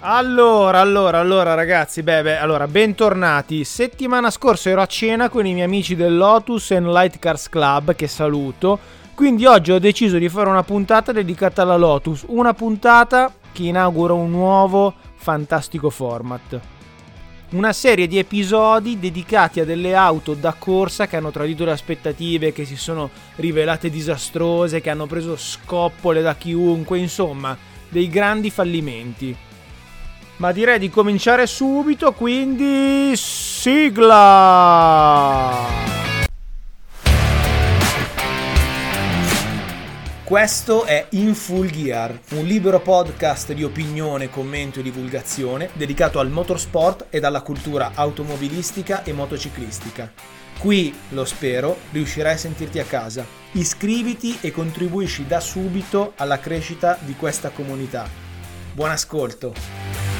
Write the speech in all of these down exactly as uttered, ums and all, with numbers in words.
Allora, allora, allora ragazzi, beh, beh, allora, bentornati. Settimana scorsa ero a cena con i miei amici del Lotus and Light Cars Club, che saluto. Quindi oggi ho deciso di fare una puntata dedicata alla Lotus, una puntata che inaugura un nuovo fantastico format. Una serie di episodi dedicati a delle auto da corsa che hanno tradito le aspettative, che si sono rivelate disastrose, che hanno preso scoppole da chiunque, insomma, dei grandi fallimenti. Ma direi di cominciare subito, quindi sigla! Questo è In Full Gear, un libero podcast di opinione, commento e divulgazione dedicato al motorsport ed alla cultura automobilistica e motociclistica. Qui, lo spero, riuscirai a sentirti a casa. Iscriviti e contribuisci da subito alla crescita di questa comunità. Buon ascolto!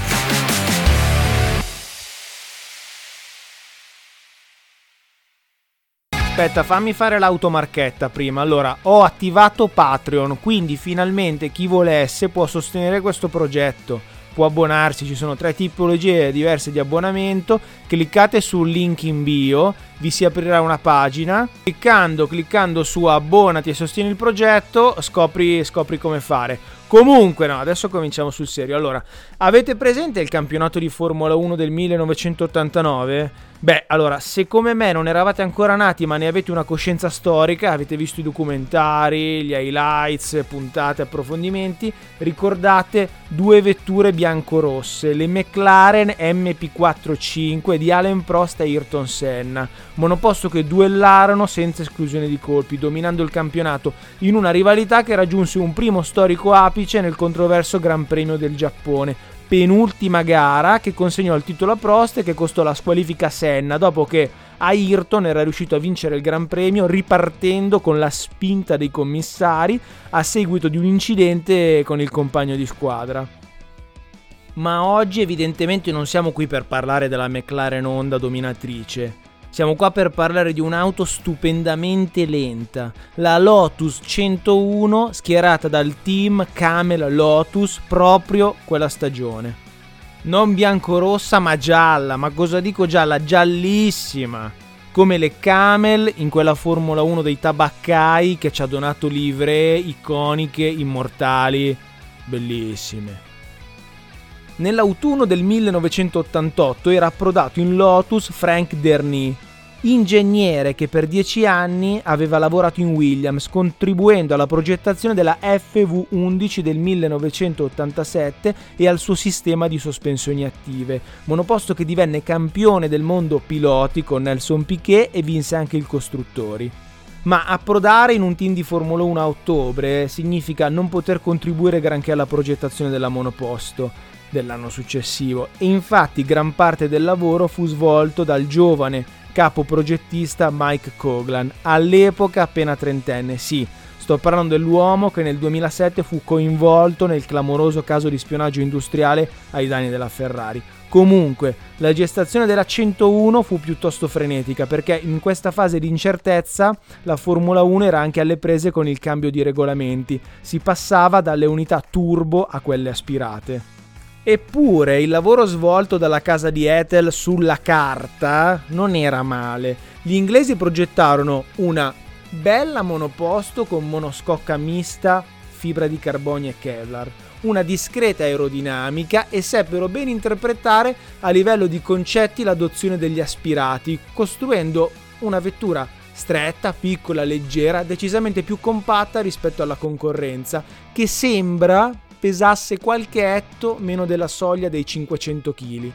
Aspetta, fammi fare l'automarchetta prima. Allora, ho attivato Patreon, quindi finalmente chi volesse può sostenere questo progetto, può abbonarsi. Ci sono tre tipologie diverse di abbonamento. Cliccate sul link in bio, vi si aprirà una pagina. Cliccando, cliccando su abbonati e sostieni il progetto, scopri, scopri come fare. Comunque, no, adesso cominciamo sul serio. Allora, avete presente il campionato di Formula uno del millenovecentottantanove? Beh, allora, se come me non eravate ancora nati ma ne avete una coscienza storica, avete visto i documentari, gli highlights, puntate, approfondimenti, ricordate due vetture bianco-rosse, le McLaren M P quarantacinque di Alain Prost e Ayrton Senna, monoposto che duellarono senza esclusione di colpi, dominando il campionato in una rivalità che raggiunse un primo storico apice nel controverso Gran Premio del Giappone, penultima gara che consegnò il titolo a Prost e che costò la squalifica a Senna, dopo che Ayrton era riuscito a vincere il Gran Premio ripartendo con la spinta dei commissari a seguito di un incidente con il compagno di squadra. Ma oggi evidentemente non siamo qui per parlare della McLaren Honda dominatrice. Siamo qua per parlare di un'auto stupendamente lenta, la Lotus centouno, schierata dal team Camel Lotus proprio quella stagione. Non biancorossa ma gialla, ma cosa dico gialla? Giallissima! Come le Camel in quella Formula uno dei tabaccai che ci ha donato livree iconiche, immortali, bellissime. Nell'autunno del millenovecentottantotto era approdato in Lotus Frank Derny, ingegnere che per dieci anni aveva lavorato in Williams, contribuendo alla progettazione della F V undici del millenovecentottantasette e al suo sistema di sospensioni attive, monoposto che divenne campione del mondo piloti con Nelson Piquet e vinse anche il costruttori. Ma approdare in un team di Formula uno a ottobre significa non poter contribuire granché alla progettazione della monoposto dell'anno successivo, e infatti gran parte del lavoro fu svolto dal giovane capo progettista Mike Coughlan, all'epoca appena trentenne. Sì, sto parlando dell'uomo che nel duemilasette fu coinvolto nel clamoroso caso di spionaggio industriale ai danni della Ferrari. Comunque, la gestazione della centouno fu piuttosto frenetica, perché in questa fase di incertezza la Formula uno era anche alle prese con il cambio di regolamenti. Si passava dalle unità turbo a quelle aspirate. Eppure il lavoro svolto dalla casa di Ethel sulla carta non era male. Gli inglesi progettarono una bella monoposto con monoscocca mista, fibra di carbonio e Kevlar, una discreta aerodinamica, e seppero ben interpretare a livello di concetti l'adozione degli aspirati, costruendo una vettura stretta, piccola, leggera, decisamente più compatta rispetto alla concorrenza, che sembra pesasse qualche etto meno della soglia dei cinquecento chili.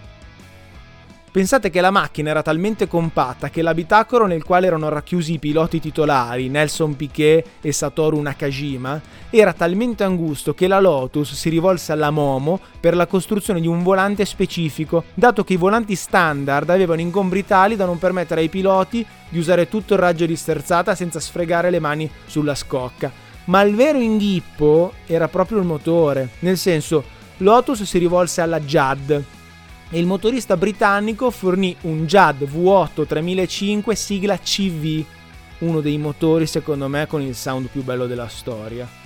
Pensate che la macchina era talmente compatta che l'abitacolo nel quale erano racchiusi i piloti titolari, Nelson Piquet e Satoru Nakajima, era talmente angusto che la Lotus si rivolse alla Momo per la costruzione di un volante specifico, dato che i volanti standard avevano ingombri tali da non permettere ai piloti di usare tutto il raggio di sterzata senza sfregare le mani sulla scocca. Ma il vero inghippo era proprio il motore, nel senso, Lotus si rivolse alla Judd e il motorista britannico fornì un Judd V otto tremilacinque sigla C V, uno dei motori secondo me con il sound più bello della storia.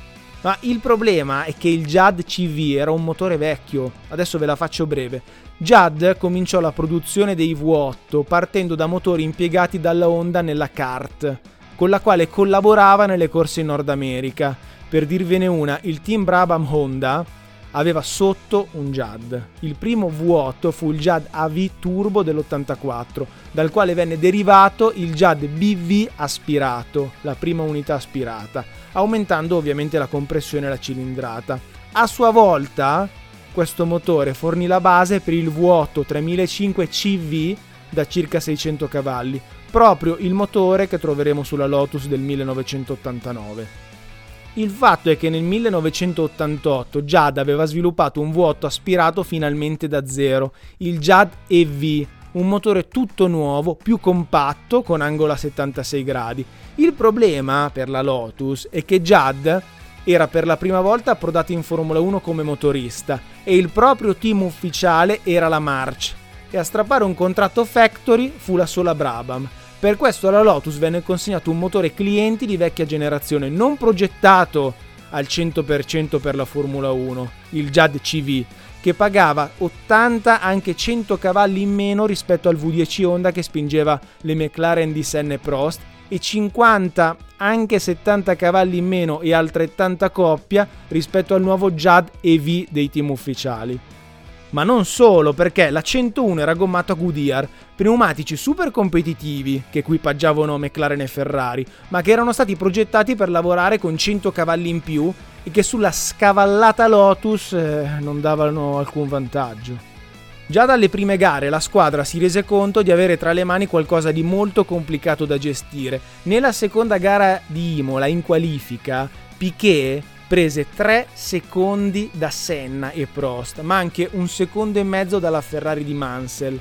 Ma il problema è che il Judd C V era un motore vecchio, adesso ve la faccio breve. Judd cominciò la produzione dei V otto partendo da motori impiegati dalla Honda nella kart, con la quale collaborava nelle corse in Nord America. Per dirvene una, il team Brabham Honda aveva sotto un Judd. Il primo V otto fu il Judd A V Turbo dell'ottantaquattro, dal quale venne derivato il Judd B V aspirato, la prima unità aspirata, aumentando ovviamente la compressione e la cilindrata. A sua volta, questo motore fornì la base per il V otto tremilacinquecento C V da circa seicento cavalli, proprio il motore che troveremo sulla Lotus del millenovecentottantanove. Il fatto è che nel millenovecentottantotto Judd aveva sviluppato un V otto aspirato finalmente da zero, il Judd E V, un motore tutto nuovo, più compatto, con angolo a settantasei gradi. Il problema per la Lotus è che Judd era per la prima volta approdato in Formula uno come motorista e il proprio team ufficiale era la March, e a strappare un contratto factory fu la sola Brabham. Per questo alla Lotus venne consegnato un motore clienti di vecchia generazione, non progettato al cento per cento per la Formula uno, il Judd C V, che pagava ottanta anche cento cavalli in meno rispetto al V dieci Honda che spingeva le McLaren di Senna e Prost, e cinquanta anche settanta cavalli in meno e altrettanta coppia rispetto al nuovo Judd E V dei team ufficiali. Ma non solo, perché la centouno era gommata a Goodyear, pneumatici super competitivi che equipaggiavano McLaren e Ferrari, ma che erano stati progettati per lavorare con cento cavalli in più e che sulla scavallata Lotus eh, non davano alcun vantaggio. Già dalle prime gare la squadra si rese conto di avere tra le mani qualcosa di molto complicato da gestire. Nella seconda gara di Imola, in qualifica, Piquet prese tre secondi da Senna e Prost, ma anche un secondo e mezzo dalla Ferrari di Mansell.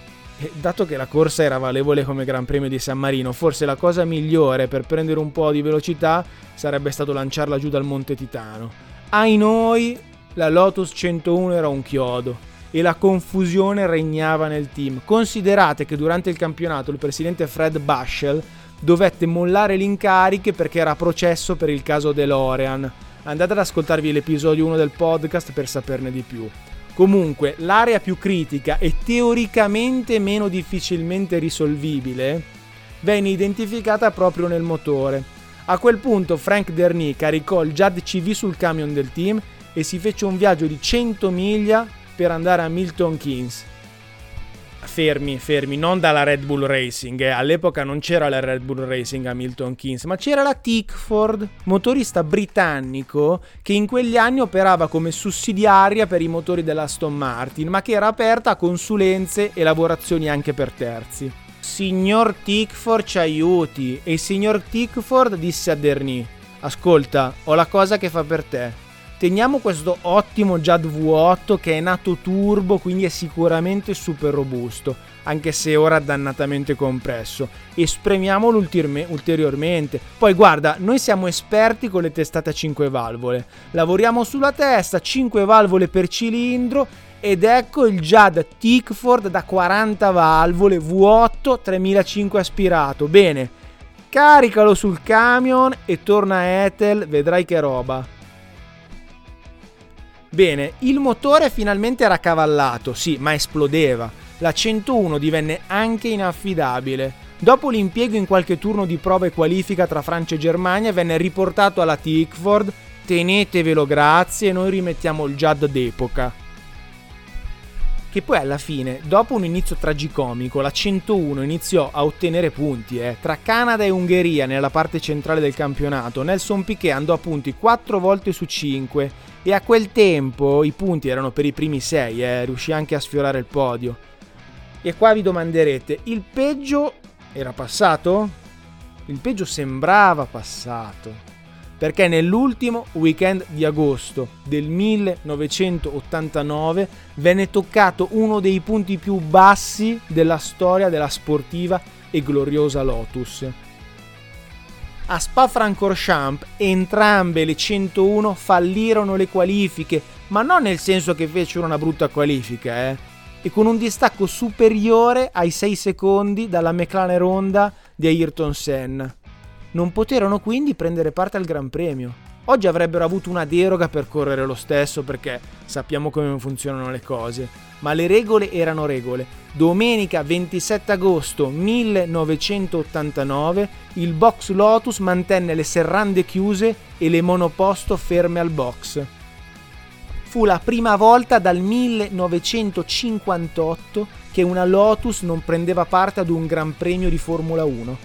E dato che la corsa era valevole come Gran Premio di San Marino, forse la cosa migliore per prendere un po' di velocità sarebbe stato lanciarla giù dal Monte Titano. Ai noi, la Lotus centouno era un chiodo e la confusione regnava nel team. Considerate che durante il campionato il presidente Fred Bushell dovette mollare le incariche perché era a processo per il caso DeLorean. Andate ad ascoltarvi l'episodio uno del podcast per saperne di più. Comunque, l'area più critica e teoricamente meno difficilmente risolvibile venne identificata proprio nel motore. A quel punto Frank Dernie caricò il Judd C V sul camion del team e si fece un viaggio di cento miglia per andare a Milton Keynes. Fermi, fermi, non dalla Red Bull Racing, eh. All'epoca non c'era la Red Bull Racing a Milton Keynes, ma c'era la Tickford, motorista britannico che in quegli anni operava come sussidiaria per i motori dell'Aston Martin, ma che era aperta a consulenze e lavorazioni anche per terzi. Signor Tickford ci aiuti, e il signor Tickford disse a Dernie: ascolta, ho la cosa che fa per te. Teniamo questo ottimo Judd V otto che è nato turbo, quindi è sicuramente super robusto, anche se ora dannatamente compresso, e spremiamolo ultirme- ulteriormente. Poi guarda, noi siamo esperti con le testate a cinque valvole, lavoriamo sulla testa, cinque valvole per cilindro, ed ecco il Judd Tickford da quaranta valvole V otto tremilacinquecento aspirato. Bene, caricalo sul camion e torna a Ethel, vedrai che roba. Bene, il motore finalmente era cavallato, sì, ma esplodeva. La centouno divenne anche inaffidabile. Dopo l'impiego in qualche turno di prova e qualifica tra Francia e Germania, venne riportato alla Tickford: tenetevelo grazie, noi rimettiamo il Judd d'epoca. Che poi alla fine, dopo un inizio tragicomico, la centouno iniziò a ottenere punti. Eh. Tra Canada e Ungheria, nella parte centrale del campionato, Nelson Piquet andò a punti quattro volte su cinque, e a quel tempo i punti erano per i primi sei, eh. riuscì anche a sfiorare il podio. E qua vi domanderete, il peggio era passato? Il peggio sembrava passato, perché nell'ultimo weekend di agosto del millenovecentottantanove venne toccato uno dei punti più bassi della storia della sportiva e gloriosa Lotus. A Spa-Francorchamps entrambe le centouno fallirono le qualifiche, ma non nel senso che fecero una brutta qualifica, eh, e con un distacco superiore ai sei secondi dalla McLaren Honda di Ayrton Senna. Non poterono quindi prendere parte al Gran Premio. Oggi avrebbero avuto una deroga per correre lo stesso, perché sappiamo come funzionano le cose, ma le regole erano regole. Domenica ventisette agosto millenovecentottantanove il box Lotus mantenne le serrande chiuse e le monoposto ferme al box. Fu la prima volta dal millenovecentocinquantotto che una Lotus non prendeva parte ad un Gran Premio di Formula uno.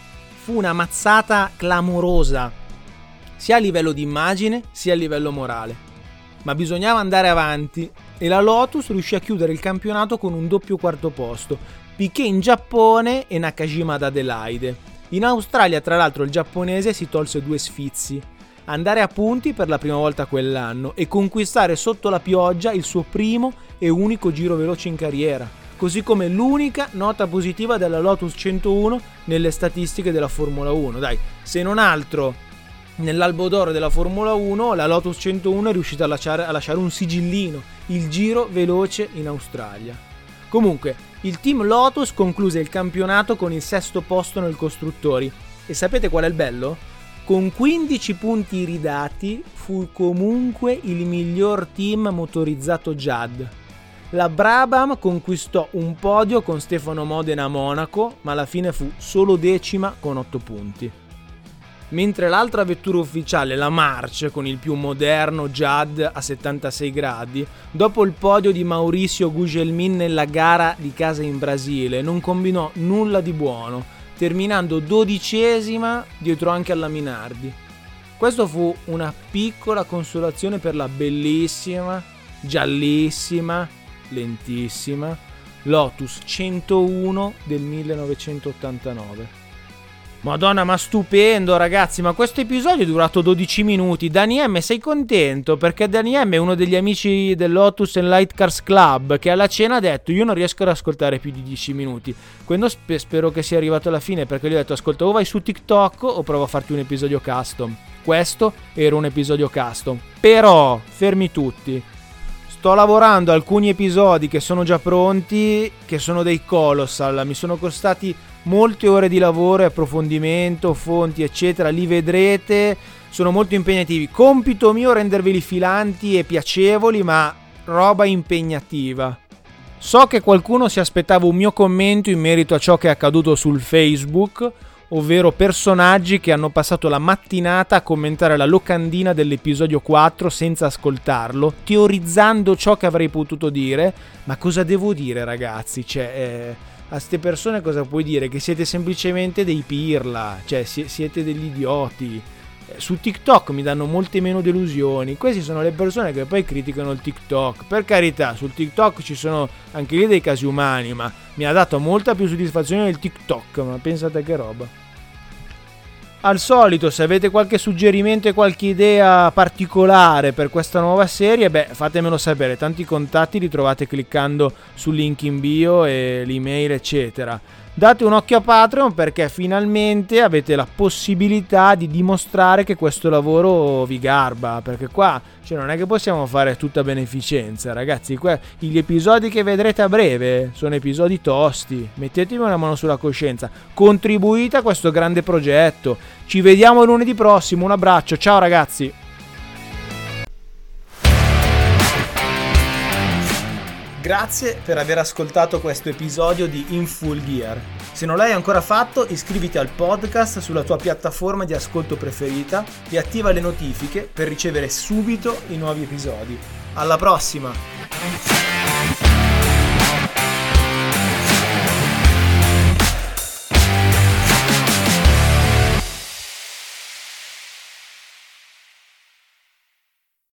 Fu una mazzata clamorosa, sia a livello di immagine sia a livello morale. Ma bisognava andare avanti e la Lotus riuscì a chiudere il campionato con un doppio quarto posto, Piquet in Giappone e Nakajima ad Adelaide. In Australia, tra l'altro, il giapponese si tolse due sfizi: andare a punti per la prima volta quell'anno e conquistare sotto la pioggia il suo primo e unico giro veloce in carriera, così come l'unica nota positiva della Lotus centouno nelle statistiche della Formula uno. Dai, se non altro, nell'albo d'oro della Formula uno la Lotus centouno è riuscita a lasciare, a lasciare un sigillino, il giro veloce in Australia. Comunque, il team Lotus concluse il campionato con il sesto posto nel costruttori. E sapete qual è il bello? Con quindici punti ridati fu comunque il miglior team motorizzato J A D. La Brabham conquistò un podio con Stefano Modena a Monaco, ma alla fine fu solo decima con otto punti. Mentre l'altra vettura ufficiale, la March, con il più moderno J A D a settantasei gradi, dopo il podio di Mauricio Gugelmin nella gara di casa in Brasile, non combinò nulla di buono, terminando dodicesima dietro anche alla Minardi. Questo fu una piccola consolazione per la bellissima, giallissima, lentissima Lotus centouno del millenovecentottantanove. Madonna, ma stupendo ragazzi, ma questo episodio è durato dodici minuti. Dani M, sei contento? Perché Dani M è uno degli amici del Lotus and Light Cars Club che alla cena ha detto: io non riesco ad ascoltare più di dieci minuti. Quando sp- spero che sia arrivato alla fine, perché gli ho detto: ascolta, o vai su TikTok o provo a farti un episodio custom. Questo era un episodio custom. Però, fermi tutti, sto lavorando a alcuni episodi che sono già pronti, che sono dei colossal, mi sono costati molte ore di lavoro e approfondimento, fonti eccetera, li vedrete, sono molto impegnativi. Compito mio renderveli filanti e piacevoli, ma roba impegnativa. So che qualcuno si aspettava un mio commento in merito a ciò che è accaduto sul Facebook, ovvero personaggi che hanno passato la mattinata a commentare la locandina dell'episodio quattro senza ascoltarlo, teorizzando ciò che avrei potuto dire. Ma cosa devo dire, ragazzi? Cioè, eh, a ste persone cosa puoi dire? Che siete semplicemente dei pirla, cioè si- siete degli idioti. Eh, su TikTok mi danno molte meno delusioni. Queste sono le persone che poi criticano il TikTok. Per carità, sul TikTok ci sono anche lì dei casi umani, ma mi ha dato molta più soddisfazione il TikTok, ma pensate che roba. Al solito, se avete qualche suggerimento e qualche idea particolare per questa nuova serie, beh, fatemelo sapere. Tanti contatti li trovate cliccando sul link in bio e l'email, eccetera. Date un occhio a Patreon, perché finalmente avete la possibilità di dimostrare che questo lavoro vi garba, perché qua cioè, non è che possiamo fare tutta beneficenza, ragazzi. Qua, gli episodi che vedrete a breve sono episodi tosti. Mettetevi una mano sulla coscienza, contribuite a questo grande progetto. Ci vediamo lunedì prossimo, un abbraccio, ciao ragazzi. Grazie per aver ascoltato questo episodio di In Full Gear. Se non l'hai ancora fatto, iscriviti al podcast sulla tua piattaforma di ascolto preferita e attiva le notifiche per ricevere subito i nuovi episodi. Alla prossima!